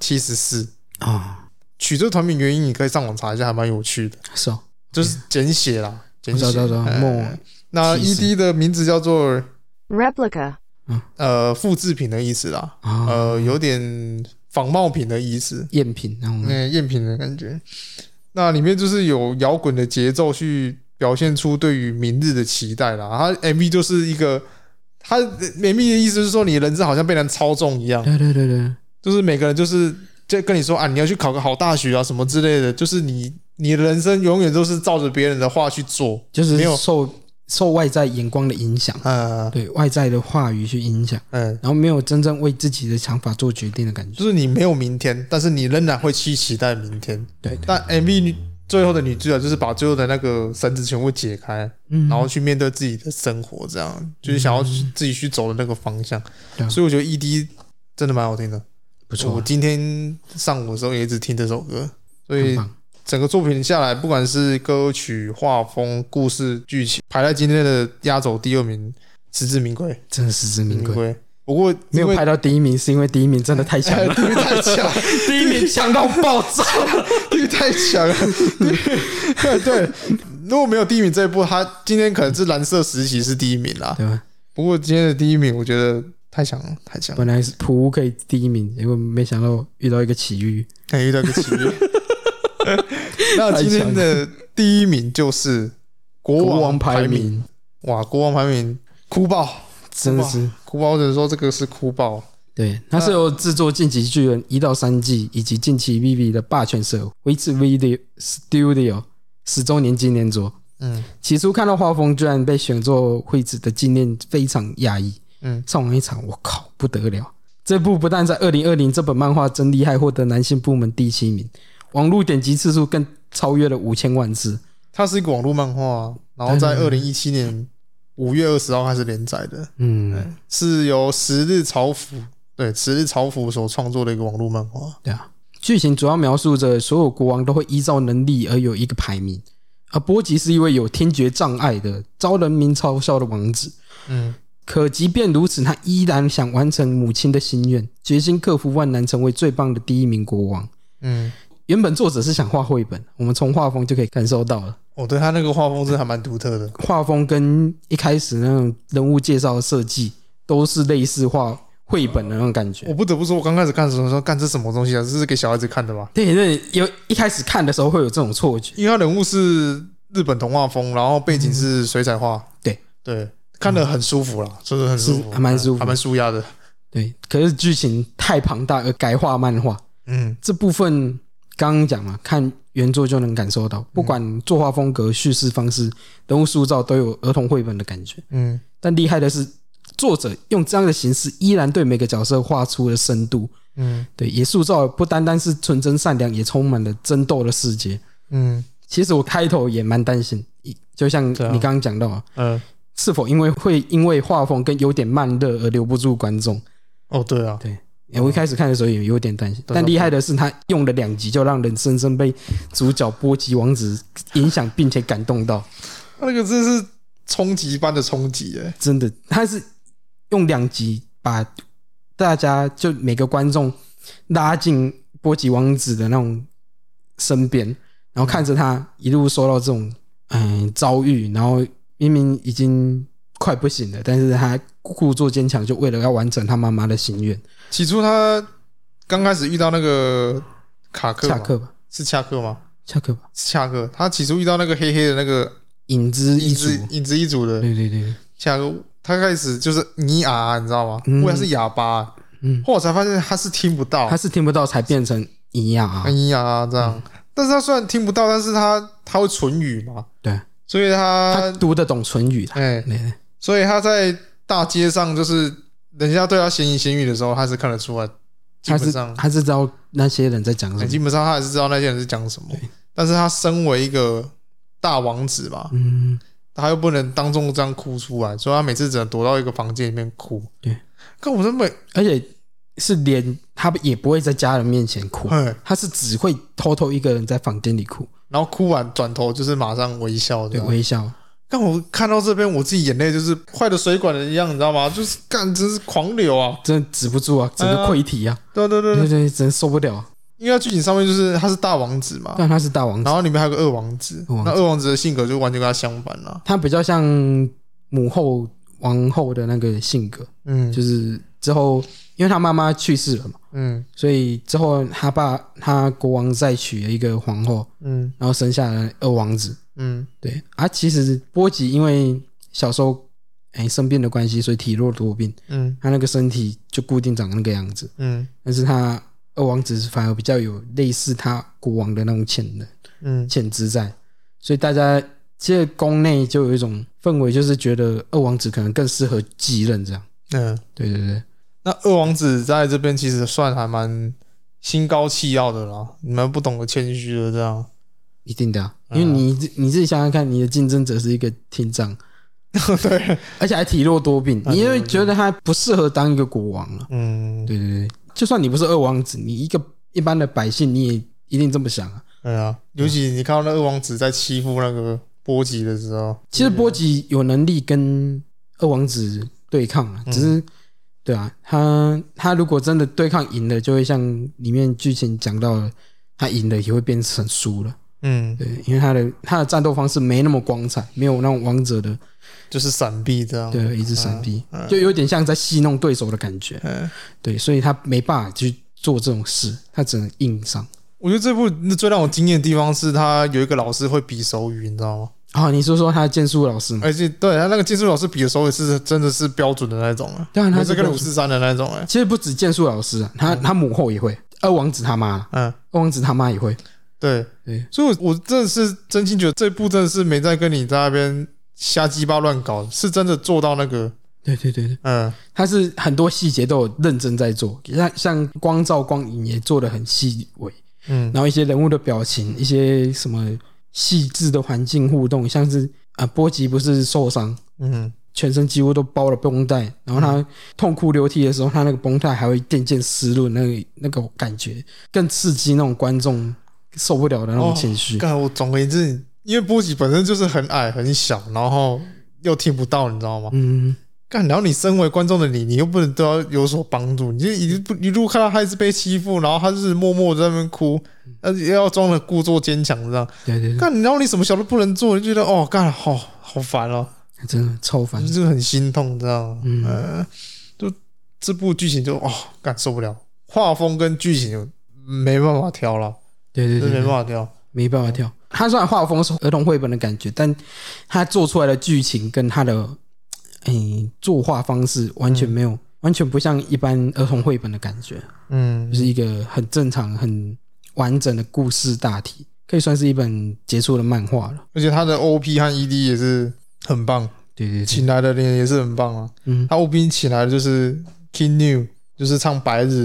1-74啊。取这个团名原因，你可以上网查一下，还蛮有趣的。 是哦， 就是简写啦，简写。那 ED 的名字叫做 Replica， 复制品的意思啦，有点仿冒品的意思， 赝品那种， 赝品的感觉。那里面就是有摇滚的节奏去表现出对于明日的期待啦。它 MV 就是一个，它 MV 的意思是说，你的人生好像被人操纵一样。 对， 就是每个人就跟你说啊，你要去考个好大学啊什么之类的，就是你的人生永远都是照着别人的话去做， 就是没有受外在眼光的影响，对外在的话语去影响，然后没有真正为自己的想法做决定的感觉， 就是你没有明天，但是你仍然会去期待明天。 对， 但 MV 最后的女主角就是把最后的那个绳子全部解开，然后去面对自己的生活，这样就是想要自己去走的那个方向。所以我觉得 ED 真的蛮好听的， 不错。 我今天上午的时候也一直听这首歌，所以整个作品下来，不管是歌曲、画风、故事、剧情，排在今天的压轴第2名，实至名归， 真的实至名归。 不过没有排到第1名，是因为第1名真的太强了， 第1名太强， 第1名强到爆炸， 第1名太强了。对，如果没有第1名这一部，他今天可能是蓝色时期是第1名啦，对吧？不过今天的第1名，我觉得太强了，太强了。 本来是普乌可以第1名，结果没想到遇到一个奇遇， 遇到一个奇遇。那今天的第1名就是国王排名，哇，国王排名哭爆， 真的是哭爆，只能说这个是哭爆。 对，它是由制作《进击巨人》1到3季以及近期 VV 的霸权社 Wits Video Studio 10周年纪念作。起初看到画风居然被选作惠子的纪念，非常讶异。上网一查，我靠，不得了！这部不但在2020这本漫画真厉害，获得男性部门第7名。网络点击次数更超越了5000万次。 它是一个网络漫画，然后在2017年5月20号开始连载的。是由十日朝服所创作的一个网络漫画。 对啊，剧情主要描述着所有国王都会依照能力而有一个排名，而波吉是一位有听觉障碍的遭人民嘲笑的王子。可即便如此，他依然想完成母亲的心愿，决心克服万难，成为最棒的第1名国王。原本作者是想画绘本，我们从画风就可以感受到了。 对，他那个画风真的还蛮独特的， 画风跟一开始那种人物介绍的设计都是类似画绘本的那种感觉。 我不得不说，我刚开始看的时候说，干这什么东西啊？这是给小孩子看的吗？ 对，一开始看的时候会有这种错觉， 因为他人物是日本童话风，然后背景是水彩画。对，看得很舒服啦，真的很舒服， 还蛮舒服， 还蛮舒压的。 对，可是剧情太庞大而改画漫画，这部分刚刚讲了，看原作就能感受到，不管作画风格、叙事方式、人物塑造，都有儿童绘本的感觉。但厉害的是，作者用这样的形式，依然对每个角色画出了深度， 对，也塑造了不单单是纯真善良，也充满了争斗的世界。其实我开头也蛮担心，就像你刚刚讲到是否会因为画风跟有点慢热而留不住观众？ 哦，对啊， 对。我一开始看的时候也有点担心，但厉害的是他用了2集就让人深深被主角波吉王子影响并且感动到。 那个真是冲击般的冲击真的，他是用2集把大家就每个观众拉进波吉王子的那种身边，然后看着他一路受到这种遭遇，然后明明已经快不行了，但是他故作坚强，就为了要完成他妈妈的心愿。 起初他刚开始遇到那个恰克吧，是恰克吗？ 恰克吧， 是恰克。他起初遇到那个黑黑的那个影子一族的， 对， 恰克。他开始就是你啊，你知道吗？为了是哑巴，后来才发现他是听不到，才变成你啊这样。但是他虽然听不到，但是他会唇语嘛， 对， 所以他读得懂唇语， 所以他在大街上就是人家对他闲言闲语的时候，他是看得出来，基本上他是知道那些人在讲什么， 基本上他还是知道那些人是讲什么。但是他身为一个大王子嘛，他又不能当众这样哭出来，所以他每次只能躲到一个房间里面哭。 对， 可我真的， 而且是连他也不会在家人面前哭，他是只会偷偷一个人在房间里哭， 然后哭完转头就是马上微笑， 对，微笑。 但我看到这边，我自己眼泪就是坏的水管的一样，你知道吗？就是真是狂流啊， 真的止不住啊，整个溃堤啊， 对， 真受不了。 因为剧情上面就是他是大王子嘛， 但他是大王子， 然后里面还有个二王子，那二王子的性格就完全跟他相反了。 他比较像母后王后的那个性格，就是之后因为他妈妈去世了嘛，所以之后他国王再娶了一个皇后，然后生下了二王子。对啊，其实波吉因为小时候生病的关系，所以体弱多病，他那个身体就固定长那个样子，但是他二王子反而比较有类似他国王的那种潜质在，所以大家这宫内就有一种氛围，就是觉得二王子可能更适合继任这样。对， 那二王子在这边其实算还蛮心高气傲的啦，你们不懂得谦虚的这样。 一定的因为你自己想想看，你的竞争者是一个厅长， 对， 而且还体弱多病，你会觉得他不适合当一个国王了。对，就算你不是二王子，你一般的百姓，你也一定这么想啊。 对啊，尤其你看到那二王子在欺负那个波吉的时候， 其实波吉有能力跟二王子对抗啊，只是对啊，他如果真的对抗赢了，就会像里面剧情讲到的，他赢了也会变成输了。对，因为他的战斗方式没那么光彩，没有那种王者的， 就是闪避这样， 对，一直闪避，就有点像在戏弄对手的感觉。对，所以他没办法去做这种事，他只能硬上。 我觉得这部最让我惊艳的地方是他有一个老师会比手语，你知道吗？ 你说他的剑术老师吗？ 而且对他那个剑术老师比的手语是真的是标准的那种， 当然他是跟543的那种。 其实不止剑术老师啊，他母后也会，二王子他妈，二王子他妈也会。对， 所以我真的是真心觉得这部真的是没在跟你在那边瞎鸡巴乱搞，是真的做到那个。 对，他是很多细节都有认真在做，像光照光影也做得很细微，然后一些人物的表情，一些什么细致的环境互动，像是波吉不是受伤，全身几乎都包了绷带，然后他痛哭流涕的时候，他那个绷带还会渐渐湿润，那个感觉更刺激那种观众受不了的那种情绪。 我总而言之，因为波吉本身就是很矮很小，然后又听不到，你知道吗？然后你身为观众的你又不能都要有所帮助，你就一路看到他一直被欺负，然后他就是默默在那边哭，要装的故作坚强这样。 对， 然后你什么小都不能做，你就觉得好烦哦， 真的超烦， 就是很心痛这样。就这部剧情就受不了，画风跟剧情没办法挑了。对， 没办法挑。他虽然画风是儿童绘本的感觉，但他做出来的剧情跟他的作画方式完全不像一般儿童绘本的感觉。就是一个很正常、很完整的故事大体，可以算是一本杰出的漫画了。 而且他的 OP 和 ED 也是很棒。对，请来的人也是很棒啊。他 OP 请来的就是 King New， 就是唱白日的。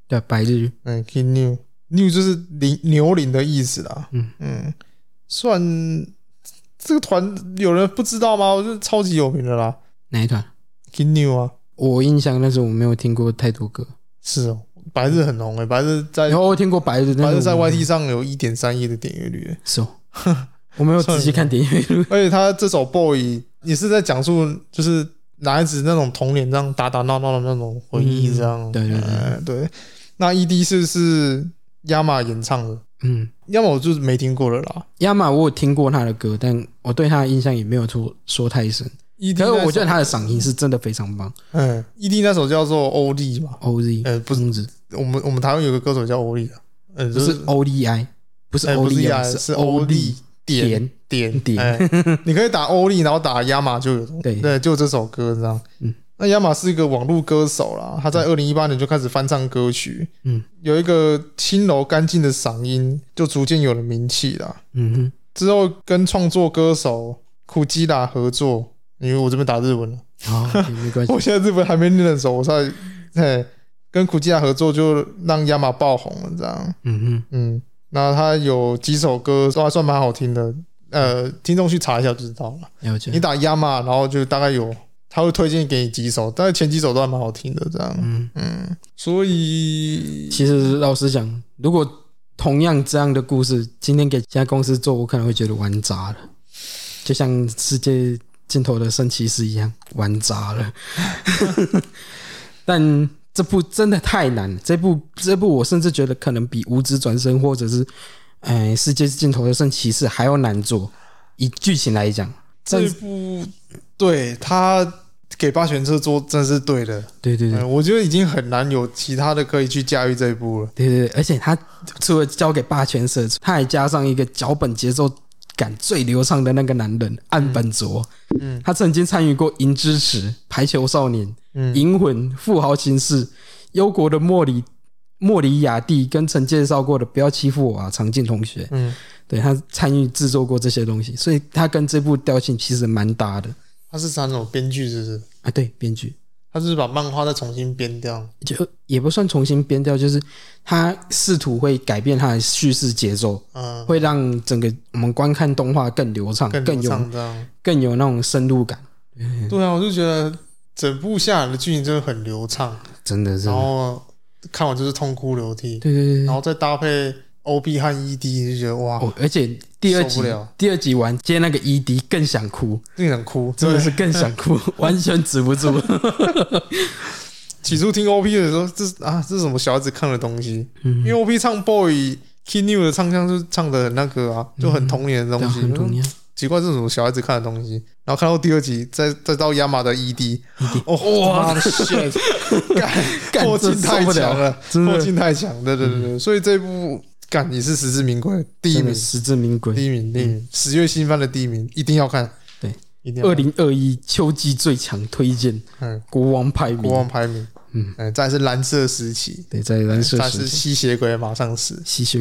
对，白日 ，King New 就是牛铃的意思啦。算这个团有人不知道吗？我觉得超级有名的啦。 哪一团 ？King New 啊， 我印象那时候我没有听过太多歌。 是哦，白日很红白日在， 然后我听过白日， 白日在 YT 上有1.3亿的点阅率。 是哦，我没有仔细看点阅率。 而且他这首 Boy 也是在讲述，就是男孩子那种童年这样打打闹闹的那种回忆，这样。 对对。那 ED 是Yama 演唱的。Yama 我就是没听过了啦。 Yama 我有听过他的歌，但我对他的印象也没有说太深。可是我觉得他的嗓音是真的非常棒。 ED 那首叫做 OZ 嘛 ，OZ， 不是，我们台湾有个歌手叫 OZ 啊， 不是 ODI， 不是 ODI， 是 OZ 点，你可以打 OZ 然后打 Yama 就有，对，就这首歌这样。那 Yama 是一个网络歌手啦，他在2018年就开始翻唱歌曲，有一个轻柔干净的嗓音，就逐渐有了名气啦。之后跟创作歌手库基拉合作，因为我这边打日文了， 没关系， 我现在日文还没念熟，我才跟库基拉合作就让 Yama 爆红了，这样。那他有几首歌都还算蛮好听的，听众去查一下就知道了。你打 Yama， 然后就大概有。他会推荐给你几首，大概前几首都还蛮好听的，这样。所以其实老实讲，如果同样这样的故事，今天给其他公司做，我可能会觉得玩砸了，就像世界尽头的圣骑士一样，玩砸了。但这部真的太难了，这部我甚至觉得可能比无职转生或者是世界尽头的圣骑士还要难做。以剧情来讲， 这部对他。给霸权社做真是对的， 对， 我觉得已经很难有其他的可以去驾驭这一部了。 对，而且他除了交给霸权社，他还加上一个脚本节奏感最流畅的那个男人岸本卓。他曾经参与过《银之匙》《排球少年》《银魂》《富豪骑士》《忧国的莫里亚蒂》跟曾介绍过的《不要欺负我啊》长进同学。对，他参与制作过这些东西，所以他跟这部调性其实蛮搭的。 他是那种编剧，是不是？ 对，编剧。 他是把漫画再重新编掉， 就也不算重新编掉，就是他试图会改变他的叙事节奏，会让整个我们观看动画更流畅，更有那种深入感。 对啊，我就觉得整部下来的剧情真的很流畅， 真的。 然后看完就是痛哭流涕， 对， 然后再搭配 OP 和 ED 就觉得哇， 而且第二集完接那个 ED 更想哭， 真的是更想哭，完全止不住。 起初听 OP 的时候，这是什么小孩子看的东西？因为 OP 唱 Boy King New 的唱腔就唱的很那个啊，就很童年的东西， 很童年。 奇怪，这是什么小孩子看的东西？然后看到第二集，再到 Yama 的 ED， 哇 shit， 破镜太强了，破镜太强，对，所以这部。也是实至名归，第一名， 实至名归， 第一名，10月新番的第一名，一定要看。 对，2021秋季最强推荐，国王排名，再来是蓝色时期，对，在蓝色时期， 再是吸血鬼马上死，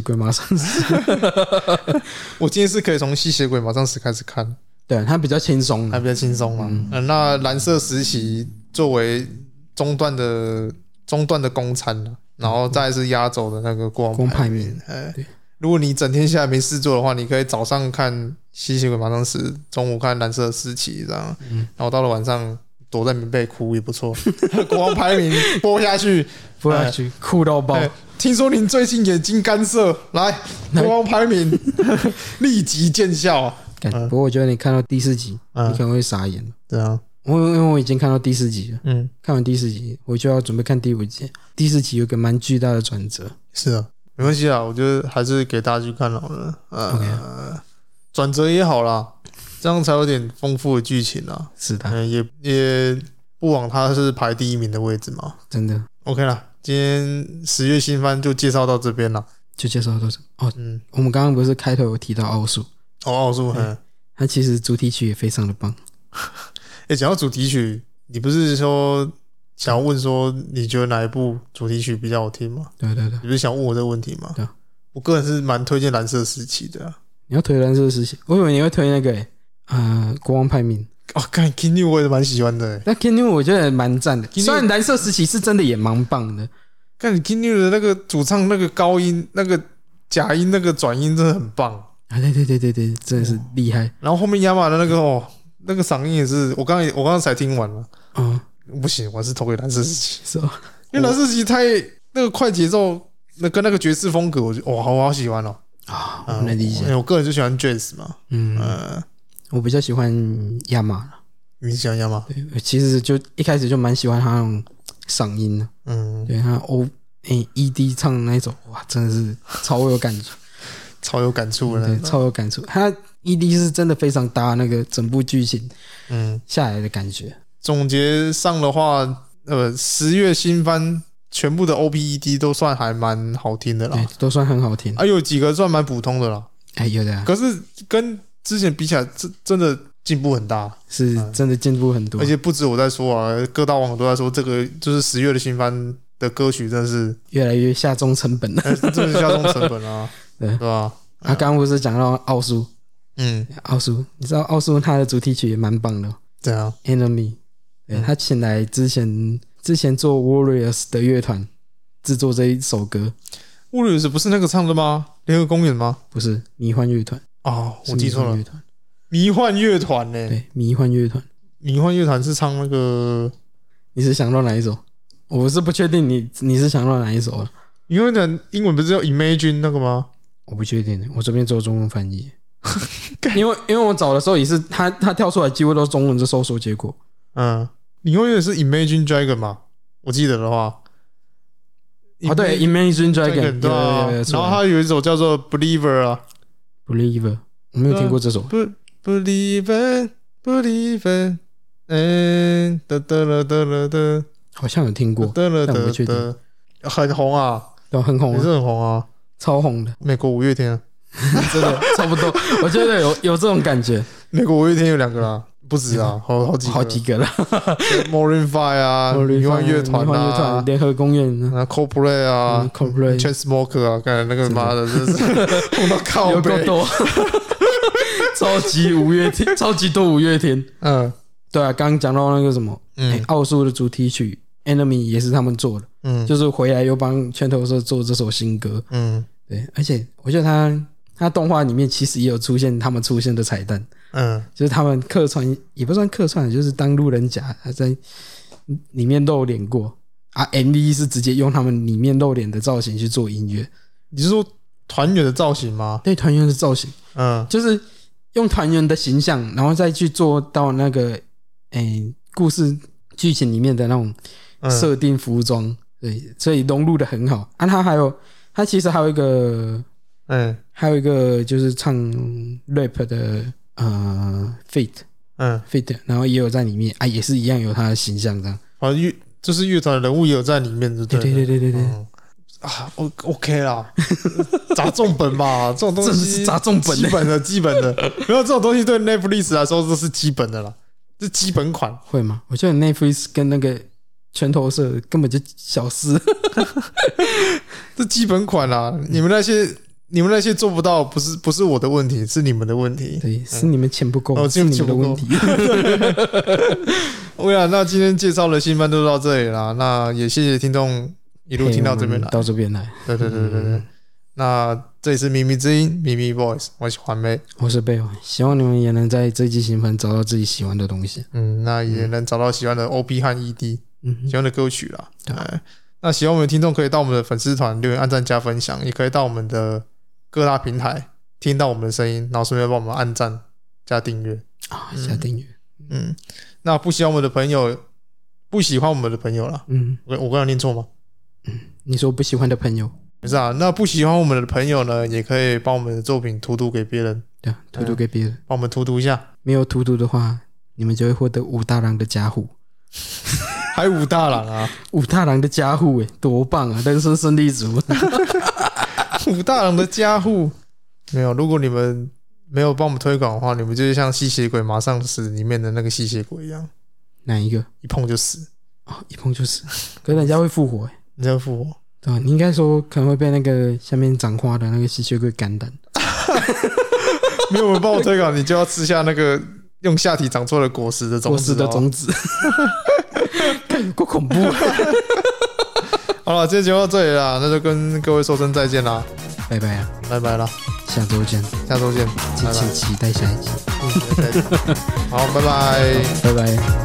我今天是可以从吸血鬼马上死开始看， 对，它比较轻松， 嘛。那蓝色时期作为中段的公餐了。然后再来是压轴的那个国王排名。如果你整天下来没事做的话，你可以早上看吸血鬼马上死，中午看蓝色时期这样，然后到了晚上躲在棉被哭也不错。国王排名播下去， 哭到爆。 听说您最近眼睛干涩，来国王排名立即见效。 不过我觉得你看到第4集，你可能会傻眼。 对啊。 因为我已经看到第4集了，看完第4集，我就要准备看第5集。第4集有个蛮巨大的转折。 是啊，没关系啦，我觉得还是给大家去看好了。转折也好啦，这样才有点丰富的剧情啦。 是的， 也不枉他是排第1名的位置嘛。 真的 OK 啦，今天10月新番就介绍到这边了， 我们刚刚不是开头有提到奥数，它其实主题曲也非常的棒。 讲到主题曲，你不是说想要问说你觉得哪一部主题曲比较好听吗？ 对，你不是想问我这个问题吗？对，我个人是蛮推荐蓝色时期的。 你要推蓝色时期？我以为你会推那个国王排名。 看 King New 我也蛮喜欢的。 那 King New 我觉得蛮赞的，虽然蓝色时期是真的也蛮棒的， 看你 Kinyu 的那个主唱那个高音那个假音那个转音真的很棒啊！对，真的是厉害。 然后后面Yama的那个那个嗓音也是，我刚刚才听完了，不行，我是投给蓝色时期， 是吧？ 因为蓝色时期太那个快节奏，跟那个爵士风格，我好喜欢哦。 我能理解， 因为我个人就喜欢 Jazz 嘛。 我比较喜欢Yama。 你喜欢Yama？ 对，其实就一开始就蛮喜欢他那种嗓音的。对他ED 唱的那一首，哇，真的是超有感觉， 超有感触的， 对，超有感触。他 ED 是真的非常搭那个整部剧情，下来的感觉。 总结上的话，10月新番全部的 OPED 都算还蛮好听的啦， 对，都算很好听。 有几个算蛮普通的啦， 有的。 可是跟之前比起来，真的进步很大， 是真的进步很多。 而且不止我在说啊，各大网友都在说，这个就是10月的新番的歌曲真的是越来越下重成本了， 真的是下重成本啊，对吧？ 刚刚不是讲到奥苏，奥苏，你知道奥苏他的主题曲也蛮棒的， 对啊 ，Enemy， 对，他请来之前做 Warriors 的乐团制作这一首歌。 Warriors 不是那个唱的吗？联合公园吗？ 不是，迷幻乐团。 我记错了，迷幻乐团呢？ 对，迷幻乐团。 迷幻乐团是唱那个， 你是想到哪一首？我是不确定你是想到哪一首了。 迷幻乐团英文不是叫 Imagine 那个吗？ 我不确定，我这边只有中文翻译。因为我找的时候也是他跳出来几乎都是中文的搜索结果。 迷幻乐是 Imagine Dragon 嘛？我记得的话。 对 ，Imagine Dragon， 对啊。然后他有一首叫做 Believer 啊 ，Believer， 我没有听过这首。 Believer， 好像有听过，但我不确定。 很红啊， 对，很红， 也是很红啊， 超红的。 美国五月天啊， 真的差不多，我觉得有这种感觉。 美国五月天有2个啦。不止啊，好几个了。Maroon 5啊，迷幻乐团啊， 联合公园啊 ，Coldplay 啊 ，Chainsmokers 啊，看那个妈的，真是红到靠背， 有够多，超级五月天，超级多五月天。对啊，刚刚讲到那个什么，奥数的主题曲《Enemy》也是他们做的，就是回来又帮拳头社做这首新歌。对，而且我觉得他动画里面其实也有出现他们出现的彩蛋。就是他们客串也不算客串，就是当路人甲，他在里面露脸过啊。MV 是直接用他们里面露脸的造型去做音乐。 你是说团员的造型吗？ 对，团员的造型，就是用团员的形象，然后再去做到那个故事剧情里面的那种设定服装，对，所以融入的很好啊。他其实还有一个就是唱 rap 的。Fit， 然后也有在里面啊，也是一样有他的形象这样。 就是乐团的人物也有在里面，对OK 啦，砸重本吧，这种东西是砸重本， 基本的，没有这种东西对 Netflix 来说这是基本的啦，这基本款会吗？我觉得 Netflix 跟那个拳头社根本就小事， 这基本款啦，你们那些做不到，不是我的问题，是你们的问题。 对，是你们钱不够，是你们的问题。 那今天介绍的新番就到这里啦。那也谢谢听众一路听到这边来， 到这边来。 对。那这里是咪咪之音，咪咪 Voice， 我是环妹， 我是贝，希望你们也能在这季新番找到自己喜欢的东西。 那也能找到喜欢的 OP 和 ED，喜欢的歌曲啦。那喜欢我们的听众可以到我们的粉丝团留言、按赞、加分享，也可以到我们的各大平台听到我们的声音，然后顺便帮我们按赞加订阅加订阅。 那不喜欢我们的朋友，不喜欢我们的朋友啦。我刚刚念错吗？ 你说不喜欢的朋友， 不是啊？那不喜欢我们的朋友呢，也可以帮我们的作品荼毒给别人。 对，荼毒给别人， 帮我们荼毒一下。 没有荼毒的话，你们就会获得武大郎的加护。 还武大郎啊？ 武大郎的加护，多棒啊！人生胜利组。 武大郎的加护没有，如果你们没有帮我们推广的话，你们就是像吸血鬼马上死里面的那个吸血鬼一样。 哪一个？ 一碰就死。 一碰就死。可是人家会复活。 人家会复活。 对吧？你应该说可能会被那个下面长花的那个吸血鬼感染。 没有人帮我推广，你就要吃下那个用下体长出的果实的种子。 果实的种子。够恐怖。 好了，今天节目到这里啦，那就跟各位说声再见啦， 拜拜啊， 拜拜啦， 下周见， 下周见， 敬请期待下一集。 好，拜拜， 拜拜。